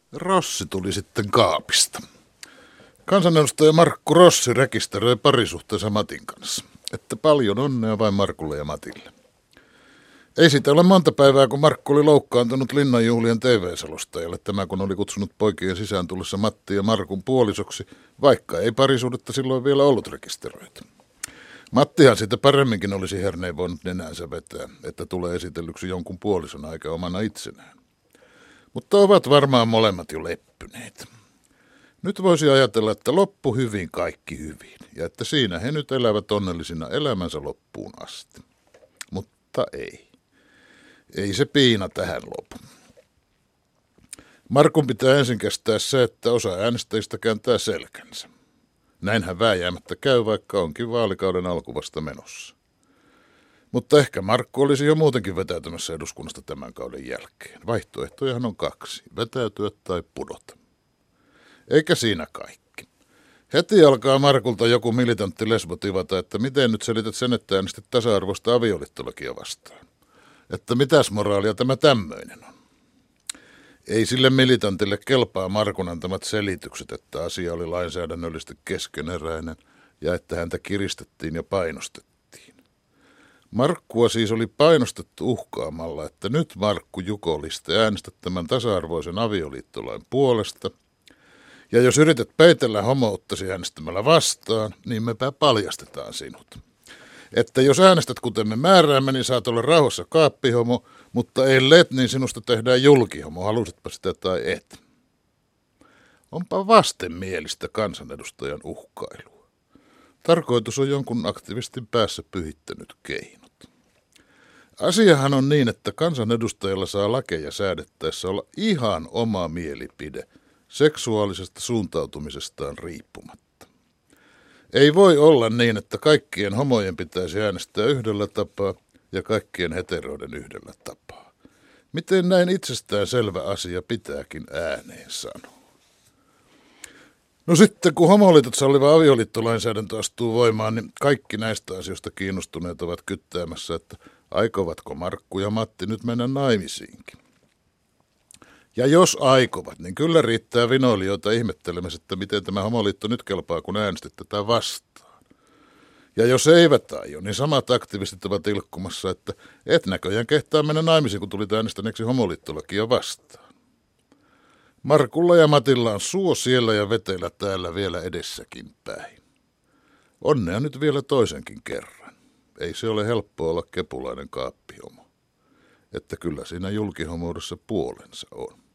Rossi tuli sitten kaapista. Kansanedustaja Markku Rossi rekisteröi parisuhteensa Matin kanssa. Että paljon onnea vain Markulle ja Matille. Ei siitä ole monta päivää, kun Markku oli loukkaantunut Linnanjuhlien TV-selostajalle. Tämä kun oli kutsunut poikien sisään tullessa Matti ja Markun puolisoksi, vaikka ei parisuhdetta silloin vielä ollut rekisteröity. Mattihan siitä paremminkin olisi herneen voinut nenänsä vetää, että tulee esitellyksi jonkun puolison eikä omana itsenään. Mutta ovat varmaan molemmat jo leppyneet. Nyt voisi ajatella, että loppu hyvin, kaikki hyvin, ja että siinä he nyt elävät onnellisina elämänsä loppuun asti. Mutta ei. Ei se piina tähän lopu. Markun pitää ensin kestää se, että osa äänestäjistä kääntää selkänsä. Näinhän vääjäämättä käy, vaikka onkin vaalikauden alku vasta menossa. Mutta ehkä Markku olisi jo muutenkin vetäytymässä eduskunnasta tämän kauden jälkeen. Vaihtoehtojahan on kaksi, vetäytyä tai pudota. Eikä siinä kaikki. Heti alkaa Markulta joku militantti lesbo tivata, että miten nyt selität sen, että äänestit tasa-arvoista avioliittolakia vastaan. Että mitäs moraalia tämä tämmöinen on. Ei sille militantille kelpaa Markun antamat selitykset, että asia oli lainsäädännöllisesti keskeneräinen ja että häntä kiristettiin ja painostettiin. Markkua siis oli painostettu uhkaamalla, että nyt Markku Jukoliste äänestät tämän tasa-arvoisen avioliittolain puolesta. Ja jos yrität peitellä homouttasi äänestämällä vastaan, niin mepä paljastetaan sinut. Että jos äänestät kuten me määräämme, niin saat olla rauhassa kaappihomo, mutta ellet, niin sinusta tehdään julkihomo, halusitpa sitä tai et. Onpa vastenmielistä kansanedustajan uhkailua. Tarkoitus on jonkun aktivistin päässä pyhittänyt keinot. Asiahan on niin, että kansanedustajalla saa lakeja säädettäessä olla ihan oma mielipide seksuaalisesta suuntautumisestaan riippumatta. Ei voi olla niin, että kaikkien homojen pitäisi äänestää yhdellä tapaa ja kaikkien heteroiden yhdellä tapaa. Miten näin itsestään selvä asia pitääkin ääneen sanoa? No sitten kun homoliitot salliva avioliittolainsäädäntö astuu voimaan, niin kaikki näistä asioista kiinnostuneet ovat kyttäämässä, että aikovatko Markku ja Matti nyt mennä naimisiinkin. Ja jos aikovat, niin kyllä riittää vinoilijoita ihmettelemässä, että miten tämä homoliitto nyt kelpaa, kun äänestit tätä vastaan. Ja jos eivät aio, niin samat aktivistit ovat ilkkumassa, että et näköjään kehtaa mennä naimisiin, kun tulit äänestäneeksi homoliittolakia vastaan. Markulla ja Matilla on suo siellä ja veteillä täällä vielä edessäkin päin. Onnea nyt vielä toisenkin kerran. Ei se ole helppoa olla kepulainen kaappihomo. Että kyllä siinä julkihomoudessa puolensa on.